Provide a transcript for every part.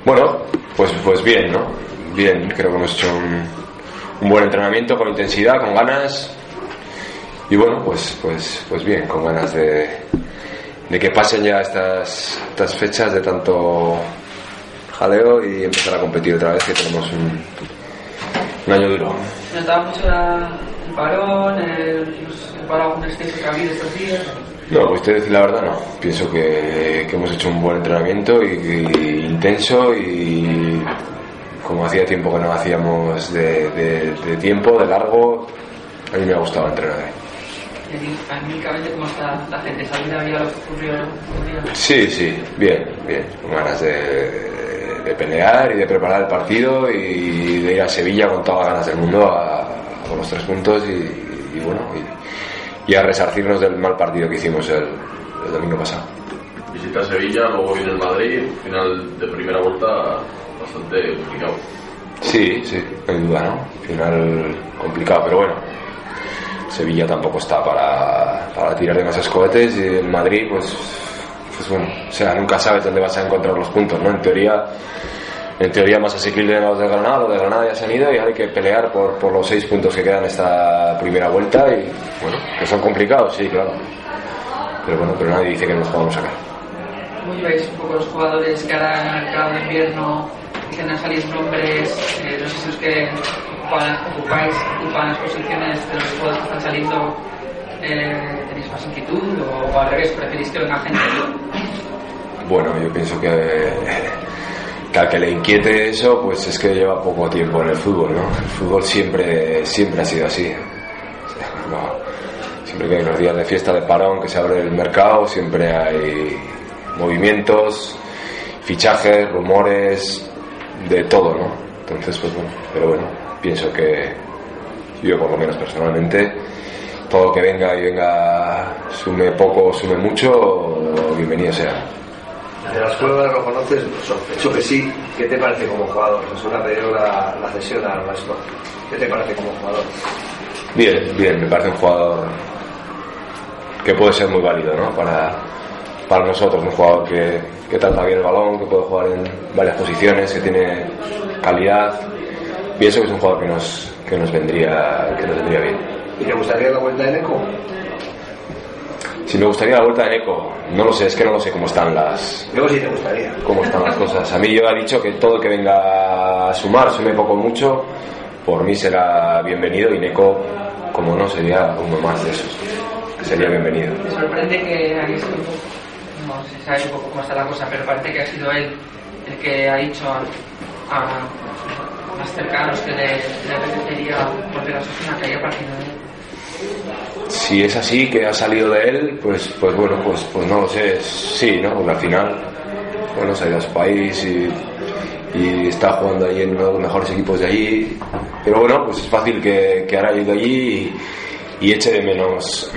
Bueno, pues bien, ¿no? Bien, creo que hemos hecho un buen entrenamiento con intensidad, con ganas. Y bueno, pues bien, con ganas de que pasen ya estas fechas de tanto jaleo y empezar a competir otra vez, que tenemos un año duro. ¿Se notaba mucho el parón, el parón con exceso que ha habido estos días? No, pues te decir la verdad, no. Pienso que hemos hecho un buen entrenamiento y intenso, y como hacía tiempo que no hacíamos de tiempo, de largo, a mí me ha gustado entrenar. Anímicamente, ¿cómo está la gente? ¿Sabes ya lo que ocurrió? Sí, bien, con ganas de pelear y de preparar el partido y de ir a Sevilla con todas las ganas del mundo con los 3 puntos y bueno, y a resarcirnos del mal partido que hicimos el domingo pasado. Visita Sevilla, luego viene el Madrid, final de primera vuelta bastante complicado. Sí, no hay duda, ¿no? Final complicado, pero bueno, Sevilla tampoco está para tirar demasiados cohetes, y el Madrid pues bueno, o sea, nunca sabes dónde vas a encontrar los puntos, ¿no? En teoría más asequible los de Granada ya se han ido y hay que pelear por los 6 puntos que quedan esta primera vuelta, y bueno, que son complicados, sí, claro, pero nadie dice que nos podamos sacar. ¿Cómo lleváis un poco los jugadores que ahora en el mercado de invierno empiezan a salir nombres? No sé si es que ocupan las posiciones de los jugadores que están saliendo, ¿tenéis más inquietud o al revés, preferís que venga gente? Bueno, yo pienso que al que le inquiete eso, pues es que lleva poco tiempo en el fútbol, ¿no? El fútbol siempre ha sido así. O sea, siempre que hay unos días de fiesta, de parón, que se abre el mercado, siempre hay movimientos, fichajes, rumores, de todo, ¿no? Entonces, pues bueno, pero bueno, pienso que yo, por lo menos personalmente, todo que venga, sume poco o sume mucho, bienvenido sea. De la escuela lo conoces, sospecho que sí. ¿Qué te parece como jugador? Jesús ha pedido la cesión al Maestro. ¿Qué te parece como jugador? Bien, me parece un jugador que puede ser muy válido, ¿no? Para nosotros, un jugador que trata bien el balón, que puede jugar en varias posiciones, que tiene calidad. Pienso que es un jugador que nos vendría bien. ¿Y te gustaría la vuelta de Neco? Si me gustaría la vuelta de Neco, no lo sé, es que no lo sé cómo están Luego sí te gustaría. Cómo están las cosas. A mí yo he dicho que todo que venga a sumar, sume poco o mucho, por mí será bienvenido, y Neco, como no, sería uno más de esos, que sería bienvenido. Me sorprende que hayas, no se sabe un poco cómo está la cosa, pero parece que ha sido él el que ha dicho a más cercanos que le apetecería volver a Osasuna, que haya partido de él. Si es así, que ha salido de él, pues bueno, pues no lo sé, sí, ¿no? Porque al final, bueno, se ha ido a su país y está jugando ahí en uno de los mejores equipos de allí, pero bueno, pues es fácil que ahora haya ido allí y eche de menos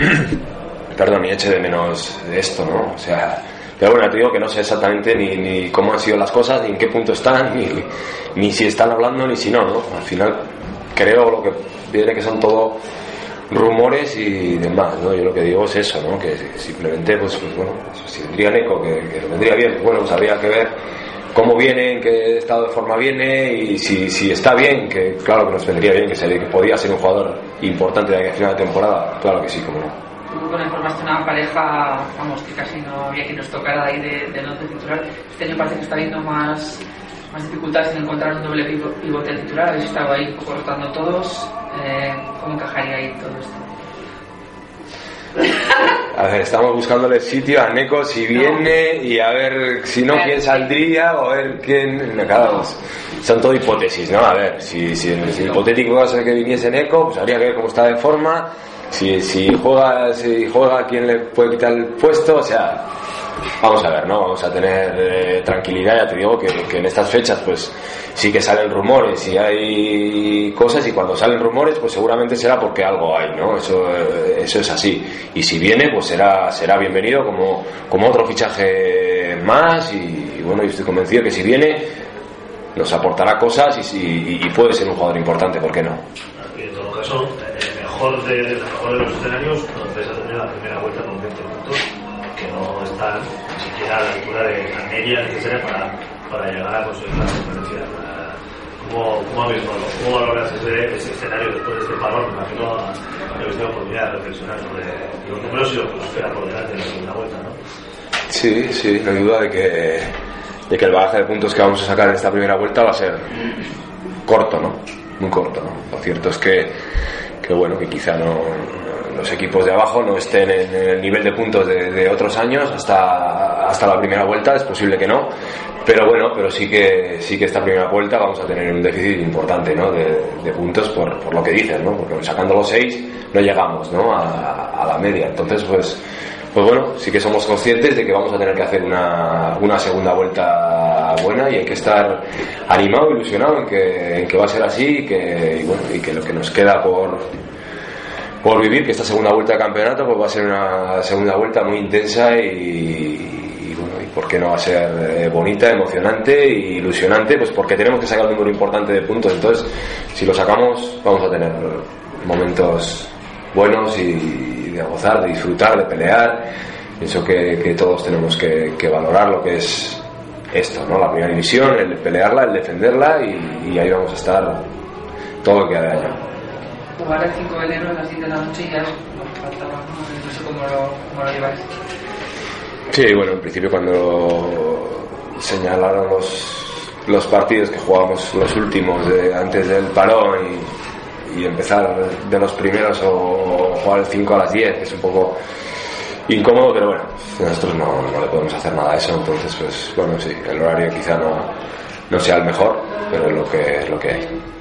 de esto, ¿no? O sea, pero bueno, te digo que no sé exactamente ni cómo han sido las cosas, ni en qué punto están, ni si están hablando, ni si no, ¿no? Al final creo lo que viene que son todo rumores y demás, ¿no? Yo lo que digo es eso, ¿no? Que simplemente, pues bueno, si vendría Neco, que lo vendría bien, pues bueno, pues habría que ver cómo viene, en qué estado de forma viene, y si está bien, que claro que nos vendría bien, que podía ser un jugador importante de aquí a final de temporada, claro que sí, como no. Tú con la información de una pareja, vamos, que casi no había quien nos tocara ahí de no titular. Este año parece que está habiendo más dificultades en encontrar un doble pivote titular. Habéis estado ahí un poco rotando todos. ¿Cómo encajaría ahí todo esto? A ver, estamos buscándole sitio a Neco si viene, y a ver si no quién saldría, o a ver quién. Claro, son todo hipótesis, ¿no? A ver, si el hipotético caso de que viniese Neco, pues habría que ver cómo está de forma. Si juega, quién le puede quitar el puesto. O sea, vamos a ver, ¿no? Vamos a tener tranquilidad. Ya te digo que en estas fechas pues sí que salen rumores y hay cosas, y cuando salen rumores pues seguramente será porque algo hay, ¿no? Eso es así, y si viene pues será bienvenido como otro fichaje más, y bueno, yo estoy convencido que si viene nos aportará cosas y puede ser un jugador importante, ¿por qué no? Y en todo caso, el mejor de los escenarios, entonces ha tenido la primera vuelta con 20 puntos, que no están ni siquiera a la altura de la media necesaria para llegar a conseguir la permanencia. ¿Cómo valoras ese escenario después de este parón? Me imagino que habéis tenido oportunidad de reflexionar sobre los números y lo que nos espera por delante en la segunda vuelta, ¿no? Sí, no hay duda de que el bagaje de puntos que vamos a sacar en esta primera vuelta va a ser corto, ¿no? Muy corto, ¿no? Lo cierto es que bueno, que quizá los equipos de abajo no estén en el nivel de puntos de otros años hasta la primera vuelta, es posible que no, pero bueno, pero sí que esta primera vuelta vamos a tener un déficit importante, ¿no? de puntos por lo que dicen, ¿no? Porque sacando los 6 no llegamos, ¿no? a la media. Entonces pues bueno, sí que somos conscientes de que vamos a tener que hacer una segunda vuelta buena y hay que estar animado, ilusionado en que va a ser así y que lo que nos queda por vivir, que esta segunda vuelta de campeonato pues va a ser una segunda vuelta muy intensa y por qué no va a ser bonita, emocionante e ilusionante, pues porque tenemos que sacar un número importante de puntos. Entonces si lo sacamos vamos a tener momentos buenos y de gozar, de disfrutar, de pelear. Pienso que todos tenemos que valorar lo que es esto, ¿no? La primera división, el pelearla, el defenderla y ahí vamos a estar todo lo que haya año. Jugar el 5 de enero a las 10 de la noche y ya nos faltaba, no sé cómo lo lleváis. Sí, bueno, en principio cuando señalaron los partidos que jugábamos los últimos antes del parón y empezar de los primeros o jugar el 5 a las 10, que es un poco incómodo, pero bueno, nosotros no le podemos hacer nada a eso. Entonces pues bueno, sí, el horario quizá no sea el mejor, pero es lo que hay.